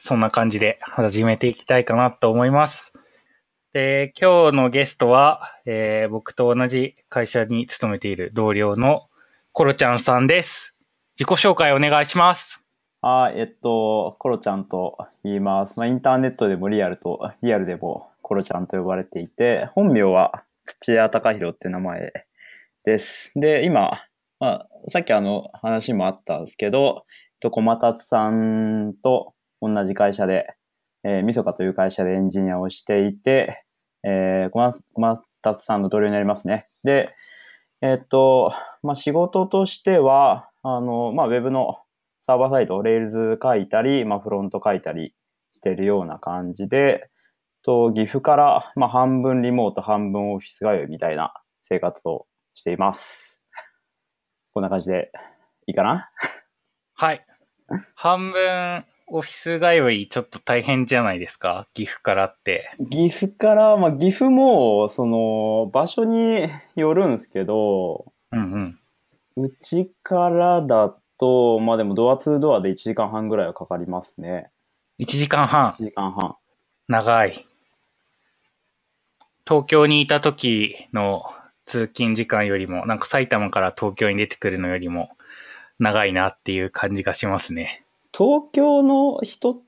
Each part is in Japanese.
そんな感じで始めていきたいかなと思います。で、今日のゲストは、僕と同じ会社に勤めている同僚のコロちゃんさんです。自己紹介お願いします。 コロちゃんと言います。インターネットでもリアルでもコロちゃんと呼ばれていて、本名は土屋隆弘って名前です。で、今、さっき話もあったんですけど、小松さんと同じ会社で、みそかという会社でエンジニアをしていて、小松さんの同僚になりますね。で、仕事としては、ウェブのサーバーサイト、Rails 書いたり、フロント書いたりしているような感じで、岐阜から、半分リモート、半分オフィス通いみたいな生活をしています。こんな感じでいいかな？ はい。半分オフィス通いちょっと大変じゃないですか？岐阜からって。 岐阜から、岐阜も、場所によるんですけど、うちからだと、でもドア2ドアで1時間半ぐらいはかかりますね。 1時間半。 1時間半。 長い。東京にいた時の通勤時間よりも、なんか埼玉から東京に出てくるのよりも長いなっていう感じがしますね。 東京の人って、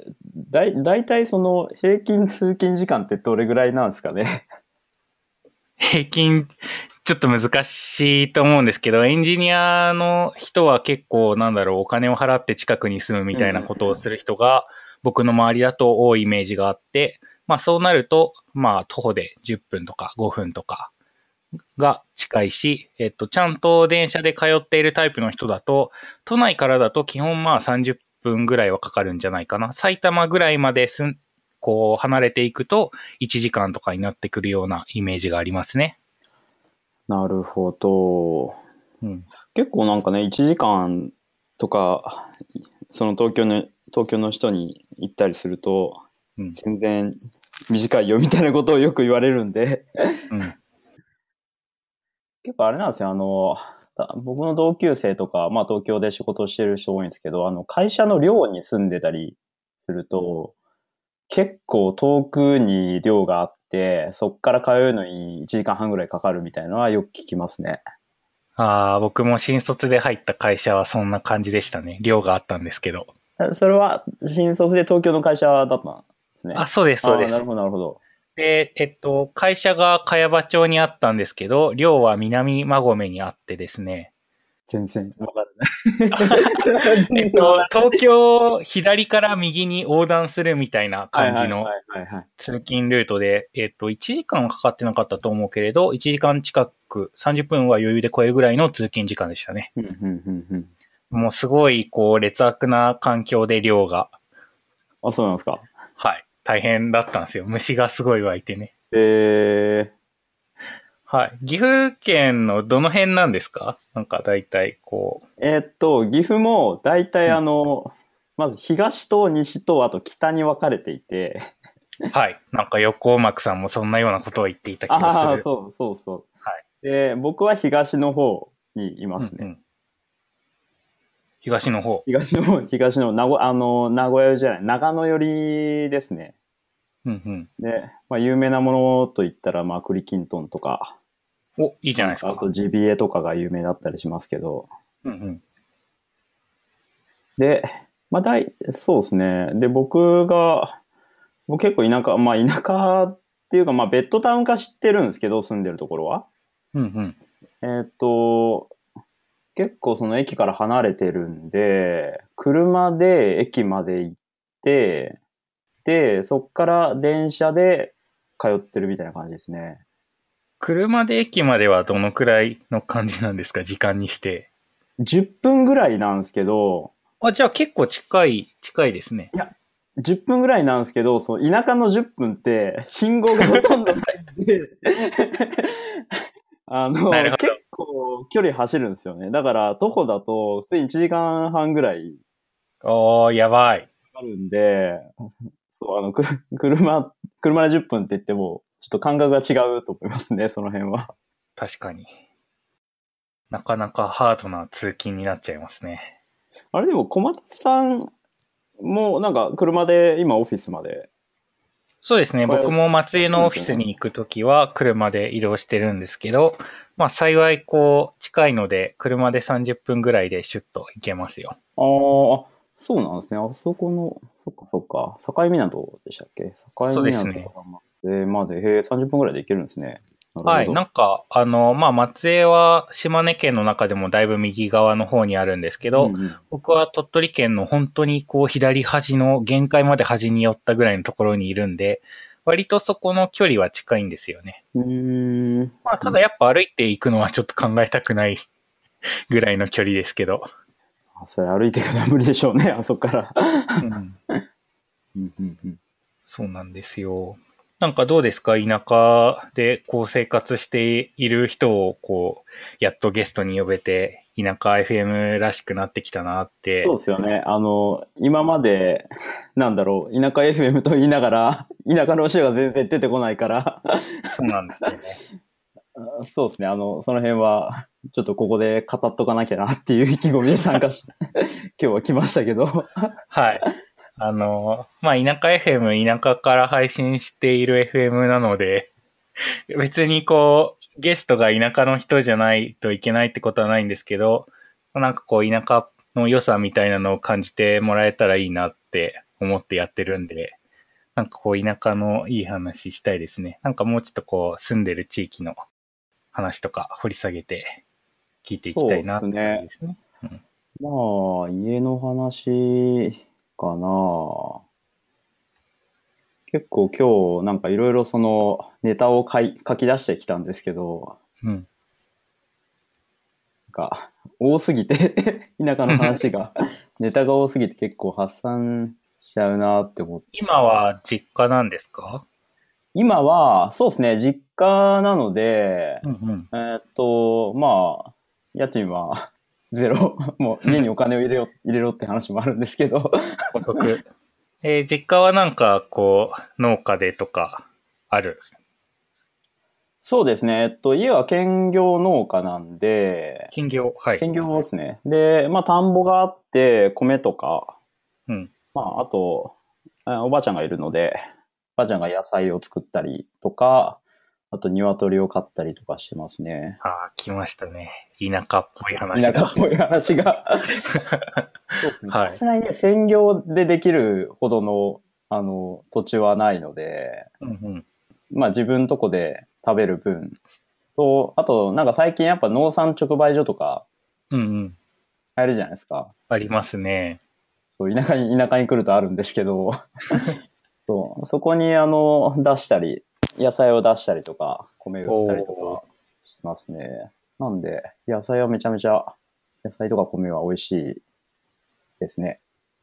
だいたいその平均通勤時間ってどれぐらいなんですかね？ 平均、ちょっと難しいと思うんですけど、エンジニアの人は結構お金を払って近くに住むみたいなことをする人が僕の周りだと多いイメージがあって、そうなると、徒歩で10分とか5分とかが近いし、ちゃんと電車で通っているタイプの人だと、都内からだと基本30分ぐらいはかかるんじゃないかな。埼玉ぐらいまで離れていくと1時間とかになってくるようなイメージがありますね。 なるほど。結構なんかね、1時間とか、その東京の人に行ったりすると、全然短いよみたいなことをよく言われるんで、結構あれなんですよ、僕の同級生とか、東京で仕事をしてる人多いんですけど、会社の寮に住んでたりすると、結構遠くに寮があって、そっから通うのに1時間半ぐらいかかるみたいなのはよく聞きますね。 僕も新卒で入った会社はそんな感じでしたね。寮があったんですけど。 それは新卒で東京の会社だったんですね。 そうです、そうです。 なるほど、なるほど。 で、会社が茅場町にあったんですけど、寮は南馬込にあってですね。 全然わからない。 東京左から右に横断するみたいな感じの通勤ルートで、1時間はかかってなかったと思うけれど、1時間近く、30分は余裕で超えるぐらいの通勤時間でしたね。もうすごい、劣悪な環境で寮が。 そうなんですか。 はい。大変だったんですよ。虫がすごい湧いてね。はい。岐阜県のどの辺なんですか？なんか大体岐阜も大体まず東と西とあと北に分かれていて。 はい。なんか横幕さんもそんなようなことを言っていた気がする。 そう。 はい。 で、僕は東の方にいますね。 東の方。 名古屋じゃない、長野寄りですね。で、有名なものといったら、栗きんとんとか。 いいじゃないですか。 あと、ジビエとかが有名だったりしますけど。で、そうですね。で、僕結構田舎っていうか、ベッドタウン化知ってるんですけど、住んでるところは。結構その駅から離れてるんで、車で駅まで行って、で、そっから電車で通ってるみたいな感じですね。 車で駅まではどのくらいの感じなんですか？時間にして。 10分ぐらいなんですけど。 じゃあ結構近いですね。 いや、10分ぐらいなんですけど、その田舎の10分って信号がほとんどないんで結構距離走るんですよね。だから徒歩だと普通に1時間半ぐらい。 やばい。 あるんで、そう、車で10分って言っても、ちょっと感覚が違うと思いますね、その辺は。 確かに。なかなかハードな通勤になっちゃいますね。 あれでも小松さん、 もうなんか車で今オフィスまで。 そうですね。僕も松江のオフィスに行くときは車で移動してるんですけど、まあ幸い近いので車で30分ぐらいでシュッと行けますよ。 そうなんですね。あそこの、そっか。境港でしたっけ？境そうです港ね。 まで、30分ぐらいで行けるんですね。 はい。なんか、まあ、松江は島根県の中でもだいぶ右側の方にあるんですけど、僕は鳥取県の本当に左端の限界まで端に寄ったぐらいのところにいるんで、割とそこの距離は近いんですよね。まあ、ただやっぱ歩いていくのはちょっと考えたくないぐらいの距離ですけど。 それ歩いていくのは無理でしょうね、あそこから。 そうなんですよ。なんかどうですか？田舎で生活している人をやっとゲストに呼べて、田舎 FM らしくなってきたなって。 そうですよね。今まで、なんだろう、田舎 FM と言いながら、田舎の人が全然出てこないから。 そうなんですよね。 そうですね。その辺は、ちょっとここで語っとかなきゃなっていう意気込みで参加し、今日は来ましたけど。 はい。まあ、田舎 FM、田舎から配信している FM なので、別にゲストが田舎の人じゃないといけないってことはないんですけど、なんか田舎の良さみたいなのを感じてもらえたらいいなって思ってやってるんで、なんか田舎のいい話したいですね。なんかもうちょっと住んでる地域の話とか掘り下げて聞いていきたいなって感じですね。 まあ、家の話かな。結構今日なんかいろいろそのネタを書き出してきたんですけど、なんか多すぎて田舎の話がネタが多すぎて結構発散しちゃうなって思って。 今は実家なんですか？ 今は、そうですね、実家なので、まあ、家賃はゼロ。もう家にお金を入れろって話もあるんですけど。 お得。実家はなんか農家でとかある？ そうですね。家は兼業農家なんで、 兼業、はい。 兼業ですね。で、まあ、田んぼがあって、米とか、まあ、あと、おばあちゃんがいるので、おばあちゃんが野菜を作ったりとか、あと鶏を飼ったりとかしてますね。 来ましたね。田舎っぽい話が。 田舎っぽい話が。そうですね。さすがにね、専業でできるほどの、土地はないので、まあ自分とこで食べる分と、あと、なんか最近やっぱ農産直売所とか、入るじゃないですか。 ありますね。 そう、田舎に来るとあるんですけど、そこに出したり、野菜を出したりとか、米売ったりとかしますね。なんで、野菜はめちゃめちゃ、野菜とか米は美味しいですね。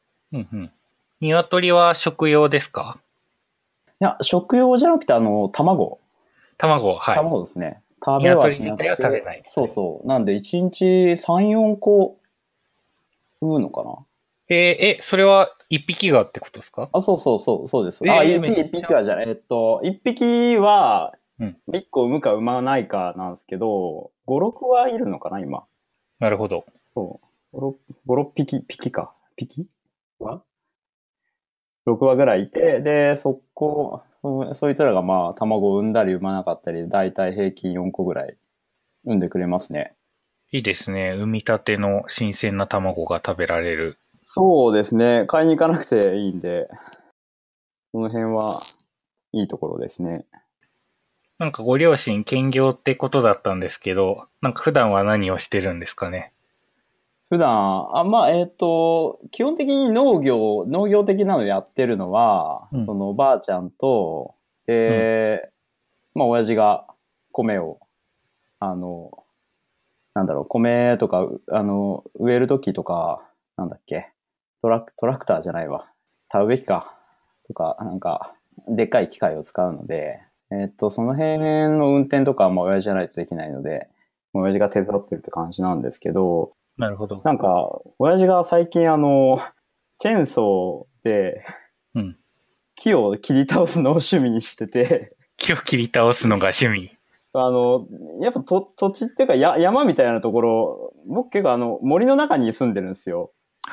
鶏は食用ですか？ いや、食用じゃなくて卵。 はい。 卵ですね。食べはしなくて。 鶏自体は食べない。 そうそう。なんで、1日3、4個産むのかな。 それは1匹がってことですか？ そうです。1匹はじゃない。1匹は、1個産むか産まないかなんですけど、5、6はいるのかな、今。 なるほど。 そう。5、6匹か。匹は ?6 羽ぐらいいて、で、そいつらがまあ、卵を産んだり産まなかったり、だいたい平均4個ぐらい産んでくれますね。 いいですね。産みたての新鮮な卵が食べられる。 そうですね。買いに行かなくていいんで、この辺はいいところですね。 なんかご両親兼業ってことだったんですけど、なんか普段は何をしてるんですかね？ 普段、基本的に農業的なのやってるのは、そのおばあちゃんと、まあ親父が米を、なんだろう、米とか、植えるときとか、なんだっけ、トラクターじゃないわ。田植え機か。とか、なんか、でっかい機械を使うので、その辺の運転とかはまあ親父じゃないとできないので、親父が手伝ってるって感じなんですけど、 なるほど。 なんか、親父が最近チェーンソーで、木を切り倒すのを趣味にしてて。 木を切り倒すのが趣味。 やっぱ土地っていうか山みたいなところ、僕結構森の中に住んでるんですよ。 はい。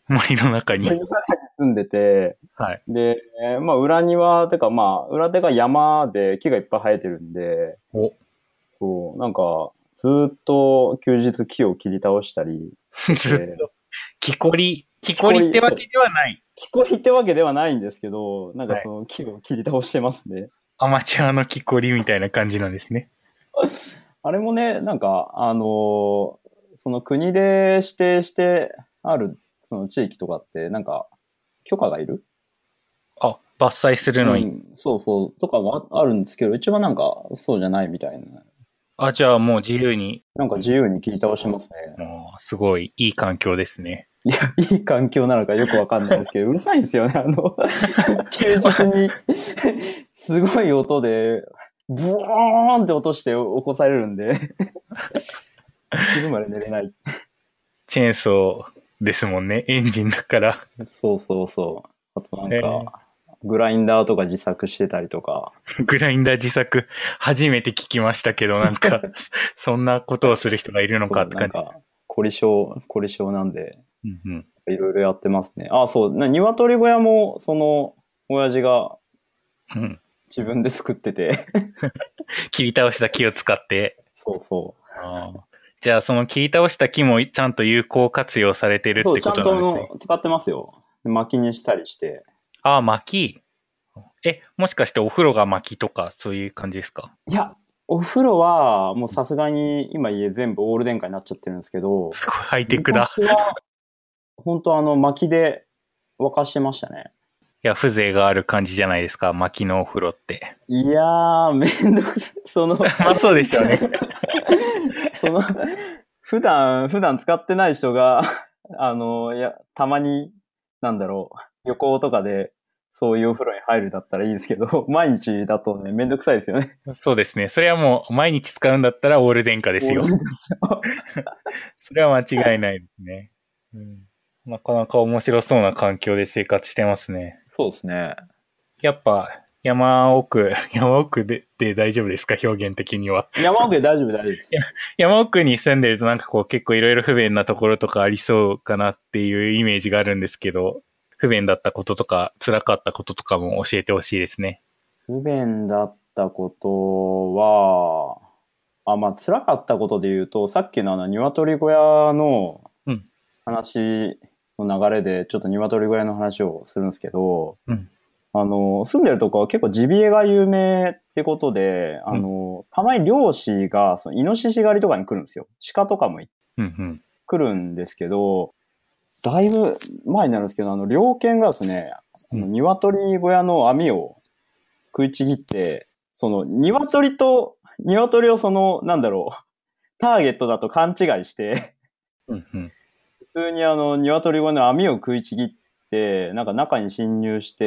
森の中に。 森の中に住んでて、 はい。 で、まあ裏庭、てかまあ裏手が山で木がいっぱい生えてるんで、 お、 そう、なんかずっと休日木を切り倒したりしてて、 ずっと、木こりっ木こり、そう、 てわけではない。 木こりってわけではないんですけど、なんかはい。 その木を切り倒してますね。 アマチュアの木こりみたいな感じなんですね。 あれもね、なんか、その国で指定してあるその地域とかって、なんか許可がいる。 あ、伐採するのに。 うん、そうそう、とかもあるんですけど、一番なんかそうじゃないみたいな。 あ、じゃあもう自由に。 なんか自由に切り倒しますね。 もう、すごいいい環境ですね。 いや、いい環境なのかよくわかんないですけど、うるさいんですよね。休日にすごい音で、ブーンって落として起こされるんで、昼まで寝れない。 チェーンソーですもんね。エンジンだから。 そうそうそう。あとなんえか、グラインダーとか自作してたりとか。 グラインダー自作、初めて聞きましたけど、なんか、そんなことをする人がいるのかそう、 って感じ。 なんか、凝り性なんで、 うんうん。 いろいろやってますね。あ、そう、鶏小屋も、親父がうん。 自分で作ってて。 切り倒した木を使って。 そうそあー、じゃあ、その切り倒した木もちゃんと有効活用されてるう。そう、ちゃんってことなんですね。 と使ってますよ。薪にしたりして。 ああ、薪。もしかしてお風呂が薪とか、そういう感じですか？ いや、お風呂は、もうさすがに、今家全部オール電化になっちゃってるんですけど、 すごいハイテクだ。 昔は、本当薪で沸かしてましたね。 いや、風情がある感じじゃないですか、薪のお風呂って。 いやー、めんどくさい。 まあそうでしょうね。 その、普段使ってない人が、たまに、なんだろう、旅行とかで、そういうお風呂に入るだったらいいですけど、毎日だとね、めんどくさいですよね。 そうですね。それはもう毎日使うんだったらオール電化ですよ。 俺ですよ。 それは間違いないですね。うん、なかなか面白そうな環境で生活してますね。 そうですね。 やっぱ山奥で大丈夫ですか、表現的には。 山奥で大丈夫です。 山奥に住んでるとなんかこう結構いろいろ不便なところとかありそうかなっていうイメージがあるんですけど、不便だったこととか辛かったこととかも教えてほしいですね。 不便だったことは、まあ、辛かったことで言うと、さっきの鶏小屋のうん。 話の流れで、ちょっと鶏小屋の話をするんですけど、 うん。 住んでるとこは結構ジビエが有名ってことで、 うん。 たまに漁師が、イノシシ狩りとかに来るんですよ。鹿とかもうん。 来るんですけど、だいぶ前になるんですけど、猟犬がですね、 うん。 鶏小屋の網を食いちぎって、鶏をなんだろう、ターゲットだと勘違いして、 うん。うん。 普通に鶏小屋の網を食いちぎって、なんか中に侵入して、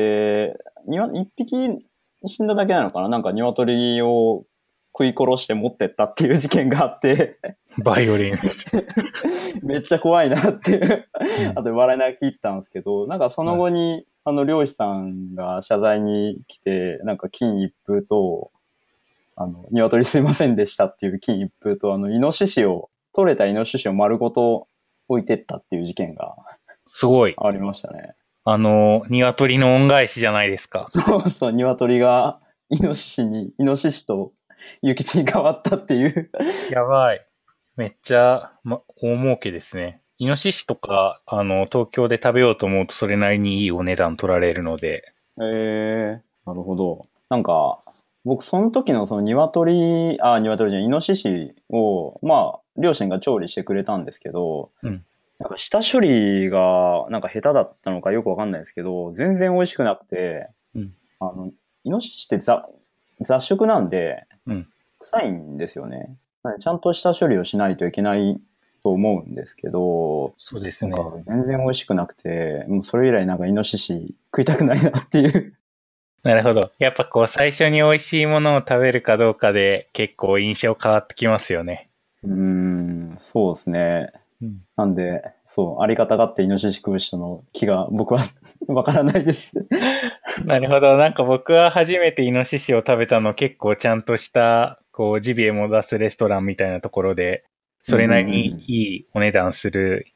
一匹死んだだけなのかな、なんか鶏を食い殺して持ってったっていう事件があってバイオレンス。 めっちゃ怖いなっていううん。 あと笑いながら聞いてたんですけど、なんかそのはい。 後に漁師さんが謝罪に来て、なんか金一封と、鶏すいませんでしたっていう金一封と、取れたイノシシを丸ごと置いてったっていう事件がすごい。 ありましたね。 鶏の恩返しじゃないですか。 そうそう、鶏がイノシシと諭吉に変わったっていうやばい。めっちゃ、大儲けですね。イノシシとか、東京で食べようと思うとそれなりにいいお値段取られるので。 なるほど。なんか、僕、その時のその鶏じゃない、イノシシを、まあ、両親が調理してくれたんですけど、 うん。 なんか下処理がなんか下手だったのかよくわかんないですけど、全然美味しくなくて、 うん。 あの、イノシシって雑食なんで、 うん。 臭いんですよね。ちゃんと下処理をしないといけないと思うんですけど、 そうですなんかね。 全然美味しくなくて、もうそれ以来なんかイノシシ食いたくないなっていうなるほど。やっぱこう最初に美味しいものを食べるかどうかで結構印象変わってきますよね。 そうですね。 うん。 なんで、そう、ありがたがってイノシシ食う人の気が僕はわからないです。 なるほど。なんか僕は初めてイノシシを食べたの結構ちゃんとした、こう、ジビエも出すレストランみたいなところで、それなりにいいお値段する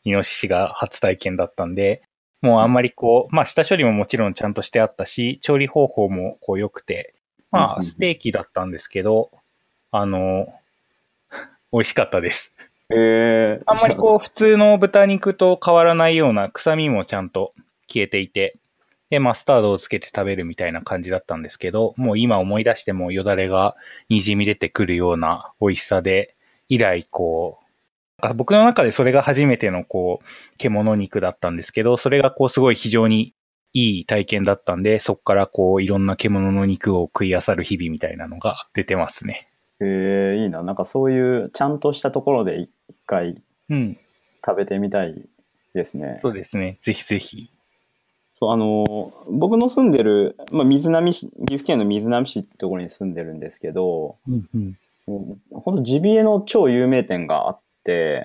イノシシが初体験だったんで、もうあんまりこう、まあ下処理ももちろんちゃんとしてあったし、調理方法もこう良くて、まあステーキだったんですけど、美味しかったです。あんまりこう普通の豚肉と変わらないような臭みもちゃんと消えていて、で、マスタードをつけて食べるみたいな感じだったんですけど、もう今思い出してもよだれが滲み出てくるような美味しさで、以来こう、僕の中でそれが初めてのこう、獣肉だったんですけど、それがこうすごい非常にいい体験だったんで、そこからこういろんな獣の肉を食い漁る日々みたいなのが出てますね。 いいな。なんかそういうちゃんとしたところで一回食べてみたいですね。 そうですね。ぜひぜひ。 そう、僕の住んでる、まあ、水波市、岐阜県の水波市ってところに住んでるんですけど、ほんとジビエの超有名店があって、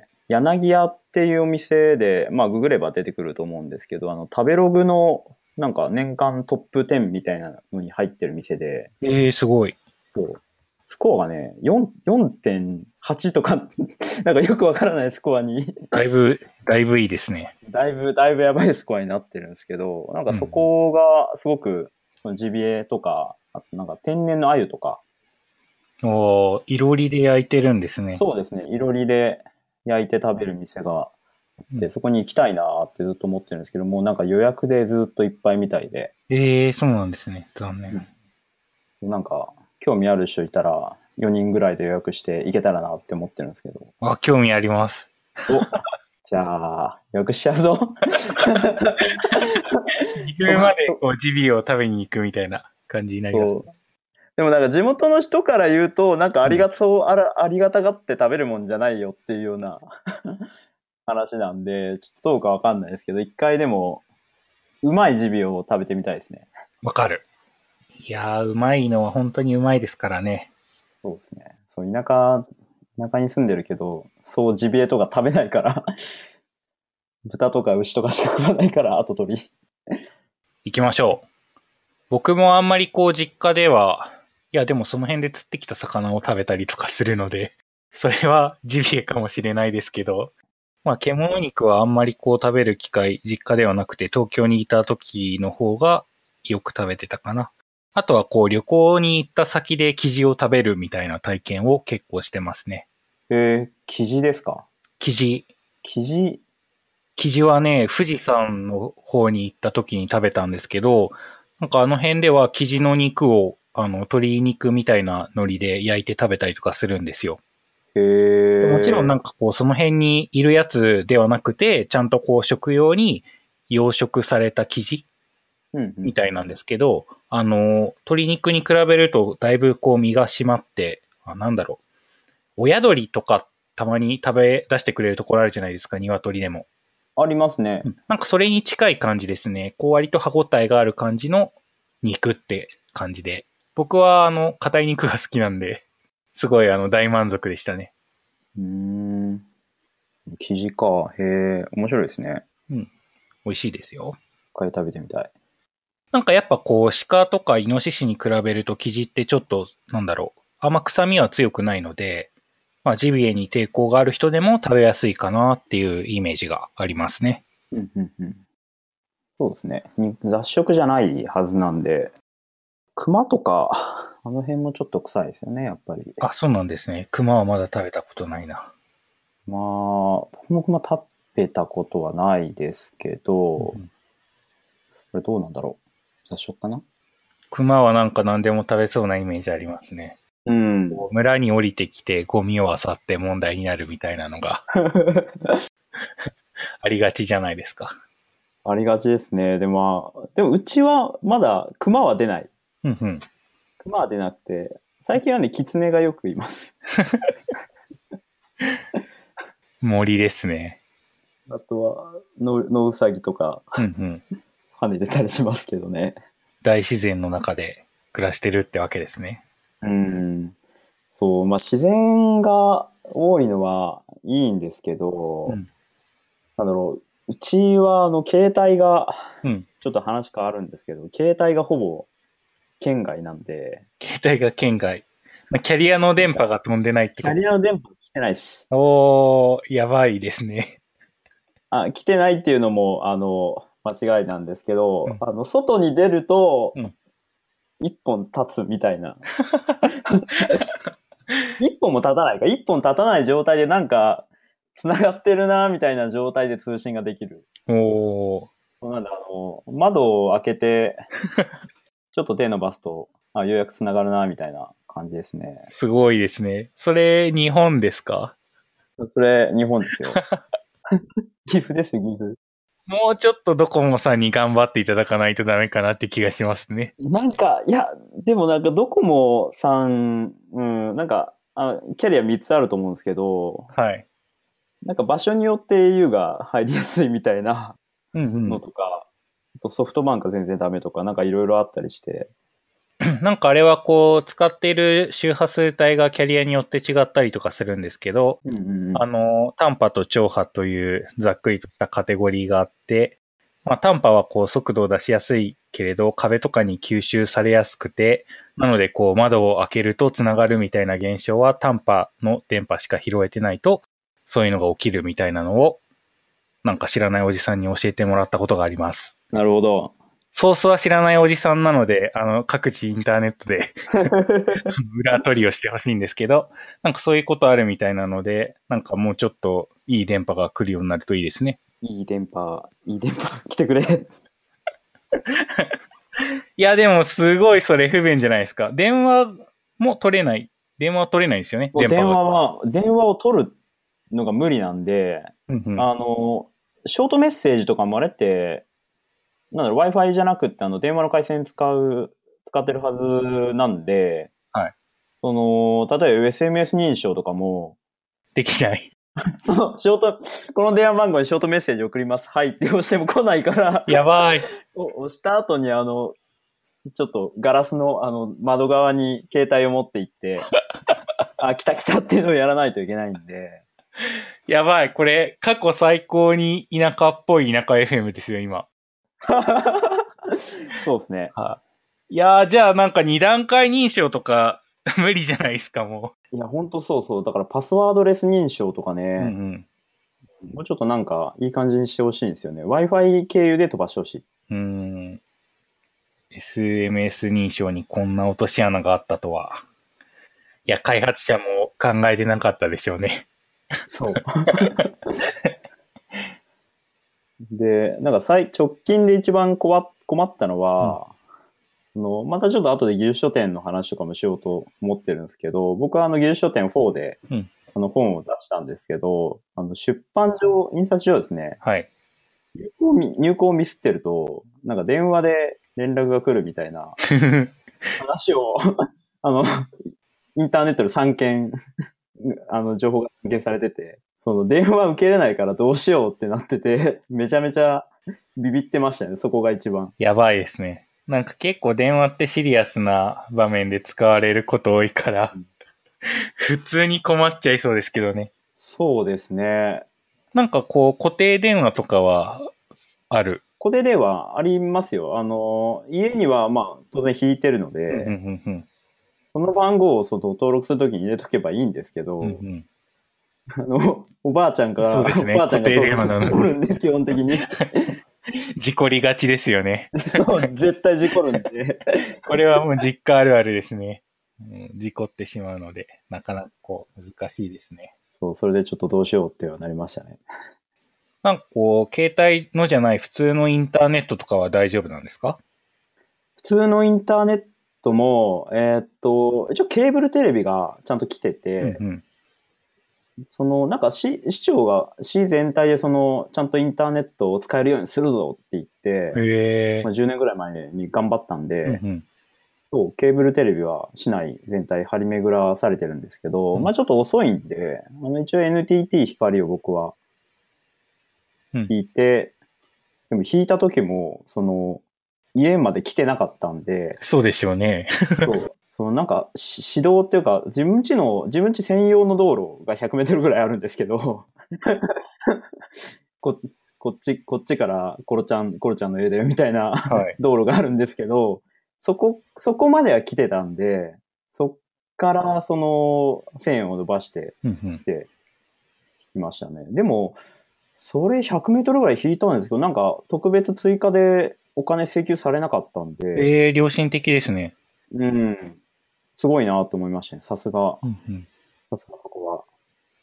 柳屋っていうお店で、まあ、ググれば出てくると思うんですけど、食べログの、なんか年間トップ10みたいなのに入ってる店で。 すごい。 そう。スコアがね、4.8 とか、なんかよくわからないスコアに。 だいぶいいですね。 だいぶやばいスコアになってるんですけど、なんかそこがすごく、ジビエとか、あとなんか天然の鮎とか。 いろりで焼いてるんですね。 そうですね。いろりで焼いて食べる店があって、そこに行きたいなーってずっと思ってるんですけど、もうなんか予約でずっといっぱいみたいで。 そうなんですね。残念。 なんか、興味ある人いたら、4人ぐらいで予約して行けたらなって思ってるんですけど。 興味あります。 じゃあ、予約しちゃうぞ。 行くまでこうジビエを食べに行くみたいな感じになります。 でもなんか地元の人から言うと、なんかありがたがって食べるもんじゃないよっていうような話なんで、ちょっとどうかわかんないですけど、一回でも、うまいジビエを食べてみたいですね。 わかる。いやー、うまいのは本当にうまいですからね。 そうですね。そう、田舎に住んでるけど、そうジビエとか食べないから豚とか牛とかしか食わないから後取り。 行きましょう。僕もあんまりこう実家では、いやでもその辺で釣ってきた魚を食べたりとかするので、それはジビエかもしれないですけど、まあ獣肉はあんまりこう食べる機会、実家ではなくて東京にいた時の方がよく食べてたかな。あとはこう旅行に行った先でキジを食べるみたいな体験を結構してますね。 キジですか？ キジはね、富士山の方に行った時に食べたんですけど、なんかあの辺ではキジの肉を鶏肉みたいな海苔で焼いて食べたりとかするんですよ。もちろんなんかこうその辺にいるやつではなくて、ちゃんとこう食用に養殖されたキジみたいなんですけど、鶏肉に比べるとだいぶこう身が締まって、なんだろう。親鶏とかたまに食べ出してくれるところあるじゃないですか、鶏でも。 ありますね。 なんかそれに近い感じですね。こう割と歯ごたえがある感じの肉って感じで。僕は硬い肉が好きなんで、すごい大満足でしたね。 キジか。へえ、面白いですね。 美味しいですよ。 一回食べてみたい。 なんかやっぱこう鹿とかイノシシに比べるとキジってちょっとあんま臭みは強くないので、まあジビエに抵抗がある人でも食べやすいかなっていうイメージがありますね。 そうですね。雑食じゃないはずなんで、熊とか、あの辺もちょっと臭いですよね、やっぱり。 そうなんですね。熊はまだ食べたことないな。 まあ、僕も熊食べたことはないですけど、これどうなんだろう。雑食かな？ 熊はなんか何でも食べそうなイメージありますね。村に降りてきてゴミを漁って問題になるみたいなのがありがちじゃないですか。 ありがちですね。でもうちはまだ熊は出ない。熊は出なくて、最近はね、キツネがよくいます。 森ですね。 あとは野ウサギとか跳ねてたりしますけどね。 大自然の中で暮らしてるってわけですね。 そう、まあ自然が多いのはいいんですけど、なんだろう、うちは携帯が、ちょっと話変わるんですけど、携帯がほぼ圏外なんで。 携帯が圏外。キャリアの電波が飛んでないってこと。 キャリアの電波来てないです。 やばいですね。 来てないっていうのも、間違いなんですけど、外に出ると、一本立つみたいな。一本も立たないか。一本立たない状態でなんか、繋がってるな、みたいな状態で通信ができる。 おー。 なんで、窓を開けて、ちょっと手伸ばすと、ようやく繋がるな、みたいな感じですね。 すごいですね。それ、日本ですか？ それ、日本ですよ。岐阜です、岐阜。 もうちょっとドコモさんに頑張っていただかないとダメかなって気がしますね。 なんか、いや、でもなんかドコモさん、なんか、キャリア3つあると思うんですけど、 はい。 なんか場所によって au が入りやすいみたいなのとか、あとソフトバンクは全然ダメとか、なんかいろいろあったりして。 なんかあれはこう、使っている周波数帯がキャリアによって違ったりとかするんですけど、短波と長波というざっくりとしたカテゴリーがあって、短波はこう速度を出しやすいけれど、壁とかに吸収されやすくて、なのでこう窓を開けると繋がるみたいな現象は短波の電波しか拾えてないと、そういうのが起きるみたいなのを、なんか知らないおじさんに教えてもらったことがあります。 なるほど。 ソースは知らないおじさんなので、各地インターネットで裏取りをしてほしいんですけど、なんかそういうことあるみたいなので、なんかもうちょっといい電波が来るようになるといいですね。 いい電波来てくれ。 いや、でもすごいそれ不便じゃないですか。電話も取れない。電話は取れないですよね。 電話を取るのが無理なんで、 うんうん、 ショートメッセージとかもあれって、Wi-Fi じゃなくって電話の回線使ってるはずなんで、 はい。 例えば SMS 認証とかも、 できない。 この電話番号にショートメッセージ送ります。はいって押しても来ないから、 やばい。 押した後にちょっとガラスの窓側に携帯を持って行って、来た来たっていうのをやらないといけないんで。 やばい。これ、過去最高に田舎っぽい田舎 FM ですよ、今。 そうですね。 いやー、じゃあなんか二段階認証とか無理じゃないですか、もう。いや、ほんとそうそう。だからパスワードレス認証とかね、もうちょっとなんかいい感じにしてほしいんですよね。Wi-Fi 経由で飛ばしてほしい。 SMS 認証にこんな落とし穴があったとは。いや、開発者も考えてなかったでしょうね。 そう。で、なんか直近で一番困ったのは、またちょっと後で技術書店の話とかもしようと思ってるんですけど、僕は技術書店4で、本を出したんですけど、出版上、印刷上ですね。 はい。 入稿をミスってると、なんか電話で連絡が来るみたいな話を、インターネットで3件、情報が散見されてて、電話受けれないからどうしようってなってて、めちゃめちゃビビってましたね、そこが一番。 やばいですね。なんか結構電話ってシリアスな場面で使われること多いから、普通に困っちゃいそうですけどね。 そうですね。 なんかこう固定電話とかはある？ 固定電話ありますよ。家にはまあ当然引いてるので、その番号を登録するときに入れとけばいいんですけど、おばあちゃんが、 そうですね、 おばあちゃんが取るんで、基本的に。 事故りがちですよね。 そう、絶対事故るんで。 これはもう実家あるあるですね。事故ってしまうので、なかなかこう難しいですね。 そう、それでちょっとどうしようってなりましたね。 なんかこう、携帯のじゃない普通のインターネットとかは大丈夫なんですか？ 普通のインターネットも、一応ケーブルテレビがちゃんと来てて、なんか市長が市全体でちゃんとインターネットを使えるようにするぞって言って、10年ぐらい前に頑張ったんで、そう、ケーブルテレビは市内全体張り巡らされてるんですけど、まあちょっと遅いんで、一応 NTT 光を僕は引いて、でも引いた時も、家まで来てなかったんで、 そうでしょうね。 なんか、指導っていうか、自分家専用の道路が100メートルぐらいあるんですけど、こっちからコロちゃんの家だよみたいな、道路があるんですけど、そこまでは来てたんで、そっから線を伸ばしてきましたね。でも、 それ100メートルぐらい引いたんですけど、なんか特別追加でお金請求されなかったんで、 良心的ですね。 うん、すごいなと思いましたね。さすが、 うんさすがそこは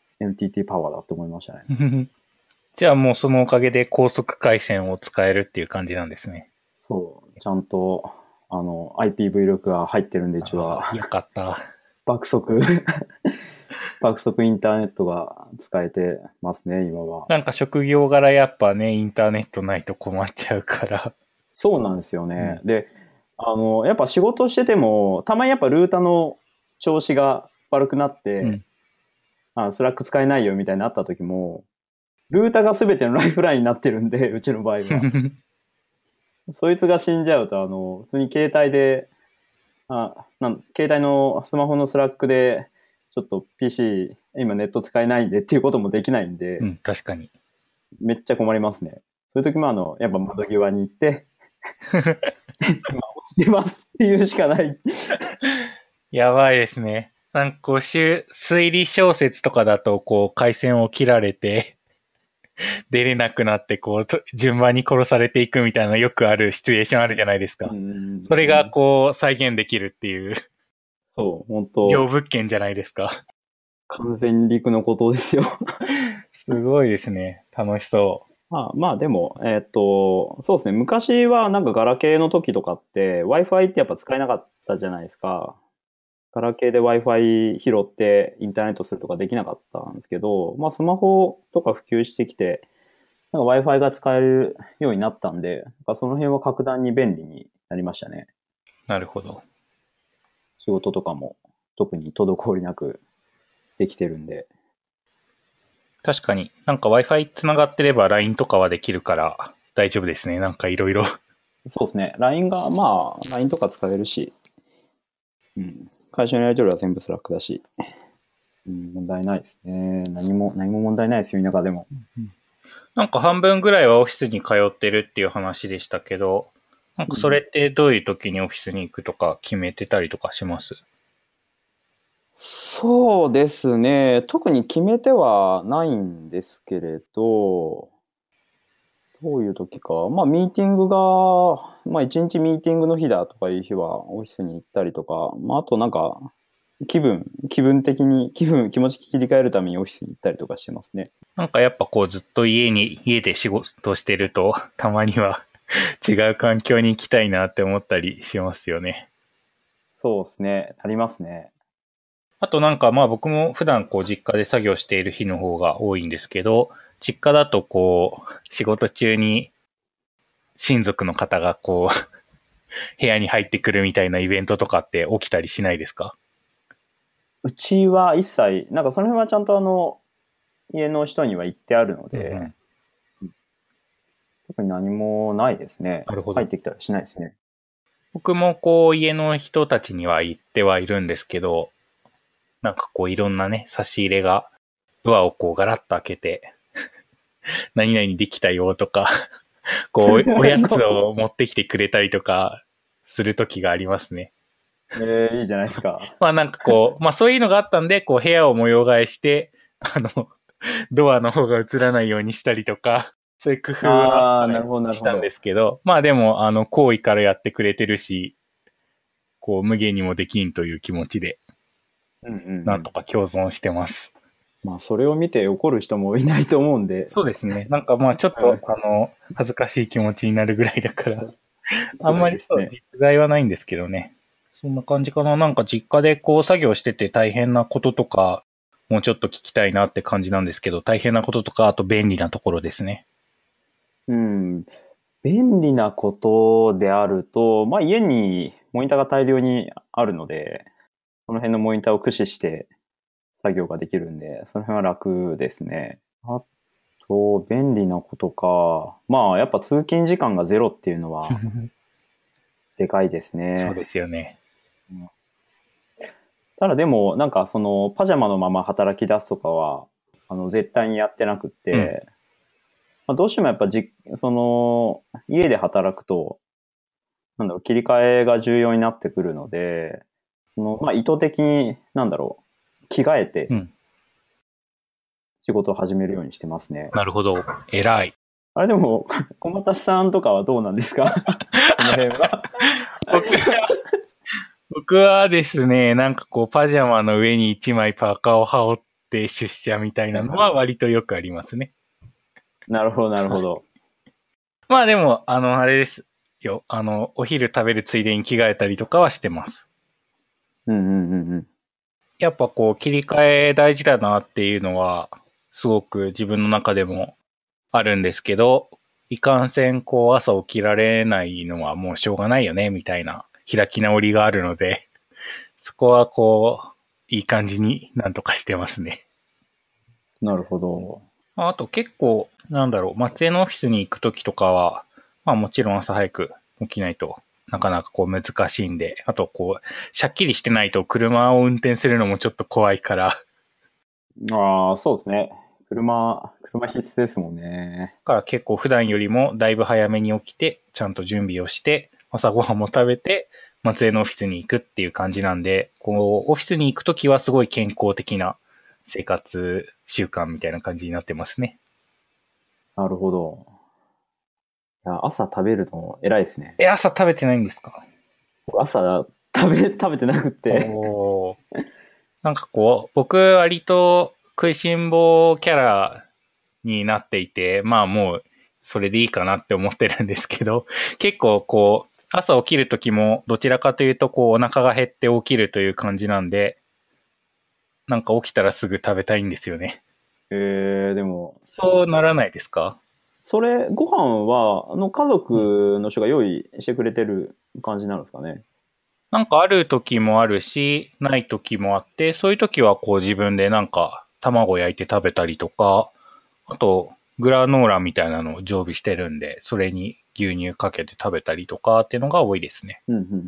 NTT パワーだと思いましたね。 うん、じゃあもうそのおかげで高速回線を使えるっていう感じなんですね。 そう、ちゃんと、IPv6 が入ってるんで、うちは。 よかった。 爆速爆速インターネットが使えてますね、今は。 なんか職業柄やっぱね、インターネットないと困っちゃうから。 そうなんですよね。で、やっぱ仕事してても、たまにやっぱルータの調子が悪くなって、スラック使えないよみたいになった時も、ルータが全てのライフラインになってるんで、うちの場合は。そいつが死んじゃうと、普通に携帯で、携帯のスマホのスラックで、ちょっと PC、今ネット使えないんでっていうこともできないんで、 確かに。 めっちゃ困りますね。そういう時もやっぱ窓際に行って、今落ちてますっていうしかない。 やばいですね。なんかこう、推理小説とかだと、こう、回線を切られて、出れなくなって、こう、順番に殺されていくみたいなよくあるシチュエーションあるじゃないですか。それがこう、再現できるっていう。 そう、本当両物件じゃないですか。 完全に陸のことですよ。 すごいですね。楽しそう。 まあでも、そうですね。昔はなんかガラケーの時とかって Wi-Fi ってやっぱ使えなかったじゃないですか。ガラケーで Wi-Fi 拾ってインターネットするとかできなかったんですけど、まあスマホとか普及してきて、なんか Wi-Fi が使えるようになったんで、なんかその辺は格段に便利になりましたね。 なるほど。 仕事とかも特に滞りなくできてるんで。 確かになんか Wi-Fi つながってれば LINE とかはできるから大丈夫ですね。なんかいろいろ。 そうですね。LINE が、LINE とか使えるし、会社のやり取りは全部スラックだし、問題ないですね。何も問題ないですよ、田舎でも。 なんか半分ぐらいはオフィスに通ってるっていう話でしたけど、なんかそれってどういう時にオフィスに行くとか決めてたりとかします？ そうですね。特に決めてはないんですけれど、どういう時か。ミーティングが、一日ミーティングの日だとかいう日はオフィスに行ったりとか、あとなんか、気持ち切り替えるためにオフィスに行ったりとかしてますね。 なんかやっぱこうずっと家で仕事してると、たまには違う環境に行きたいなって思ったりしますよね。 そうですね。足りますね。 あとなんか僕も普段こう実家で作業している日の方が多いんですけど、実家だとこう仕事中に親族の方がこう部屋に入ってくるみたいなイベントとかって起きたりしないですか？ うちは一切、なんかその辺はちゃんと家の人には言ってあるので、特に何もないですね。 なるほど。 入ってきたらしないですね。 僕もこう家の人たちには言ってはいるんですけど、なんかこういろんなね、差し入れがドアをこうガラッと開けて、何々できたよとか、こうおやつを持ってきてくれたりとかする時がありますね。 いいじゃないですか。 なんかこう、そういうのがあったんで、こう部屋を模様替えして、ドアの方が映らないようにしたりとか、そういう工夫は、 なるほど。 したんですけど、でも、好意からやってくれてるし、こう、無限にもできんという気持ちで、なんとか共存してます。 それを見て怒る人もいないと思うんで。 そうですね。なんかちょっと、恥ずかしい気持ちになるぐらいだから、あんまりそう、実害はないんですけどね。そんな感じかな。なんか実家でこう作業してて大変なこととか、もうちょっと聞きたいなって感じなんですけど、大変なこととか、あと便利なところですね。 便利なことであると、家にモニターが大量にあるので、その辺のモニターを駆使して作業ができるんで、その辺は楽ですね。あと、便利なことか。やっぱ通勤時間がゼロっていうのは、でかいですね。 そうですよね。 ただでも、なんかパジャマのまま働き出すとかは、絶対にやってなくって、どうしてもやっぱ家で働くと、切り替えが重要になってくるので、意図的に、着替えて、 仕事を始めるようにしてますね。 なるほど。偉い。 あれでも、小又さんとかはどうなんですかその辺は。 僕はですね、なんかこう、パジャマの上に一枚パーカーを羽織って出社みたいなのは割とよくありますね。 なるほど、なるほど。 まあでも、あれですよ。お昼食べるついでに着替えたりとかはしてます。 うんうんうんうん。 やっぱこう、切り替え大事だなっていうのは、すごく自分の中でもあるんですけど、いかんせんこう、朝起きられないのはもうしょうがないよね、みたいな開き直りがあるので、そこはこう、いい感じになんとかしてますね。 なるほど。 あと結構、松江のオフィスに行くときとかは、まあもちろん朝早く起きないとなかなかこう難しいんで、あとこう、しゃっきりしてないと車を運転するのもちょっと怖いから、 ああ、そうですね。車必須ですもんね。 だから結構普段よりもだいぶ早めに起きて、ちゃんと準備をして、朝ごはんも食べて、松江のオフィスに行くっていう感じなんで、こう、オフィスに行くときはすごい健康的な生活習慣みたいな感じになってますね。 なるほど。いや、朝食べるの偉いですね。 朝食べてないんですか？ 朝食べてなくて。 おー。なんかこう、僕割と食いしん坊キャラになっていて、まあもうそれでいいかなって思ってるんですけど、結構こう、朝起きるときもどちらかというとこうお腹が減って起きるという感じなんで、なんか起きたらすぐ食べたいんですよね。 でも、 そうならないですか？ それ、ご飯は、家族の人が用意してくれてる感じなんですかね。 なんかある時もあるし、ない時もあって、そういう時はこう自分でなんか卵焼いて食べたりとか、あとグラノーラみたいなのを常備してるんで、それに牛乳かけて食べたりとかっていうのが多いですね。 うん、うん、うん、うん。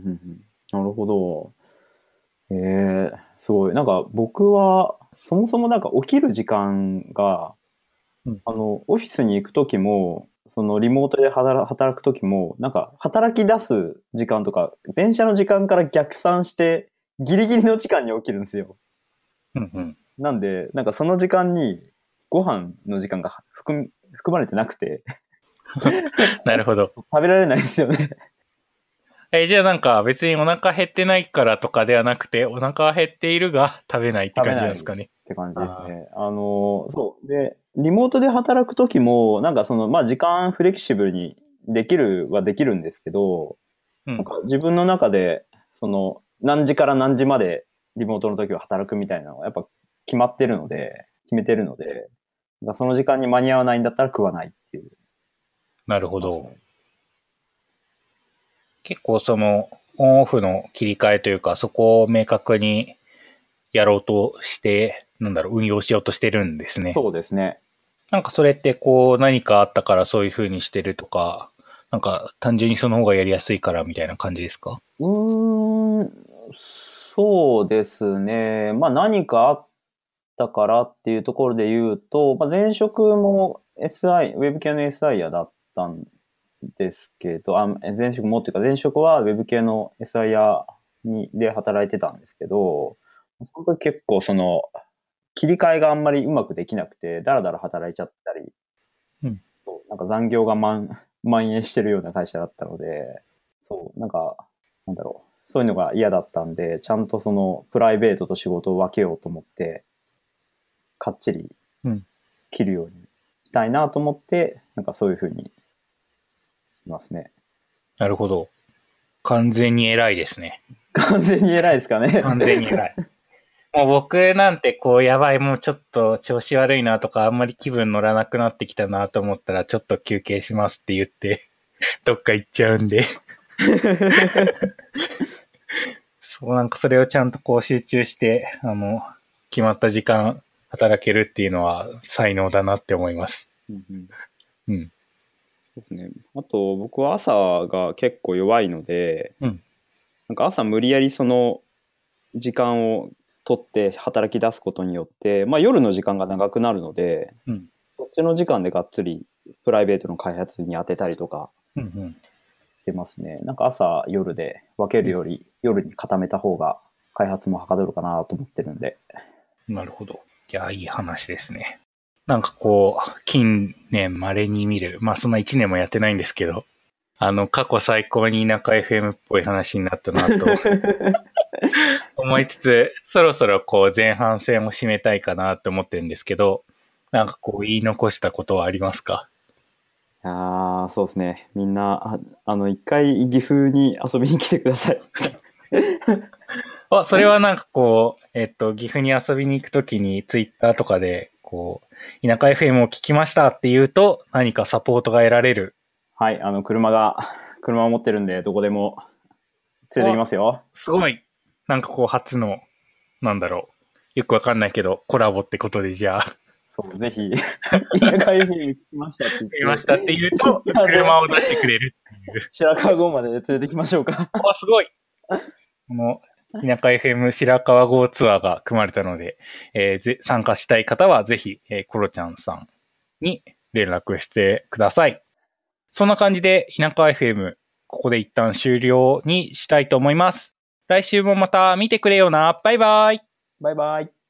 なるほど。すごい。なんか僕は、そもそもなんか起きる時間が、 うん、 オフィスに行くときも、そのリモートで働くときも、なんか働き出す時間とか、電車の時間から逆算して、ギリギリの時間に起きるんですよ。 うんうん、 なんで、なんかその時間にご飯の時間が含まれてなくて、 なるほど。 食べられないですよね。 じゃあなんか別にお腹減ってないからとかではなくて、お腹減っているが食べないって感じ食べないっなんですかね。 て感じですあね。そう。で、リモートで働くときも、なんかまあ時間フレキシブルにできるはできるんですけど、 ー、うん。 なんか自分の中で、何時から何時までリモートの時は働くみたいなのはやっぱ決めてるので、なんかその時間に間に合わないんだったら食わないっていう。 なるほど。 ますね。 結構そのオンオフの切り替えというか、そこを明確にやろうとして、運用しようとしてるんですね。 そうですね。 なんかそれってこう何かあったからそういう風にしてるとか、なんか単純にその方がやりやすいからみたいな感じですか？ そうですね。まあ何かあったからっていうところで言うと、まあ、前職も ウェブ系の SI だったんですけど、前職もっていうか前職はウェブ系の SI で働いてたんですけど、その時結構切り替えがあんまりうまくできなくて、だらだら働いちゃったり、 うん。 なんか残業が蔓延してるような会社だったので、そう、なんか、なんだろう。そういうのが嫌だったんで、ちゃんとプライベートと仕事を分けようと思って、かっちりうん。 切るようにしたいなと思って、なんかそういうふうにしてますね。 なるほど。完全に偉いですね。 完全に偉いですかね。 完全に偉い。もう僕なんてこうやばい、もうちょっと調子悪いなとか、あんまり気分乗らなくなってきたなと思ったら、ちょっと休憩しますって言って、どっか行っちゃうんで。そう、なんかそれをちゃんとこう集中して、決まった時間働けるっていうのは才能だなって思います。 うんうん、 うん。 ですね。あと、僕は朝が結構弱いので、 うん。 なんか朝無理やりその時間を取って働き出すことによって、まあ夜の時間が長くなるので、 うん。 こっちの時間でがっつりプライベートの開発に当てたりとかうん。うん。 してますね。なんか朝夜で分けるより夜に固めた方が開発もはかどるかなと思ってるんで。 なるほど。いや、いい話ですね。 なんかこう、近年稀に見る、まあそんな1年もやってないんですけど、過去最高に田舎 FM っぽい話になったなと思いつつ、そろそろこう前半戦を締めたいかなって思ってるんですけど、なんかこう言い残したことはありますか？ そうですね。みんな、一回岐阜に遊びに来てください。 それはなんかこう、岐阜に遊びに行くときにツイッターとかで、こう、田舎 FM を聞きましたって言うと、何かサポートが得られる。 はい、車を持ってるんで、どこでも連れてきますよ。 すごい。なんかこう、初の、なんだろう。よくわかんないけど、コラボってことで、じゃあ。 そう、ぜひ、田舎 FM 聞きましたって言って。 聞きましたって言うと、車を出してくれるっていう。 白川郷まで連れてきましょうか。 すごい。この、田舎 FM 白川郷ツアーが組まれたので、参加したい方はぜひ、コロちゃんさんに連絡してください。そんな感じで、田舎 FM、ここで一旦終了にしたいと思います。来週もまた見てくれよな。バイバイ。 バイバイ。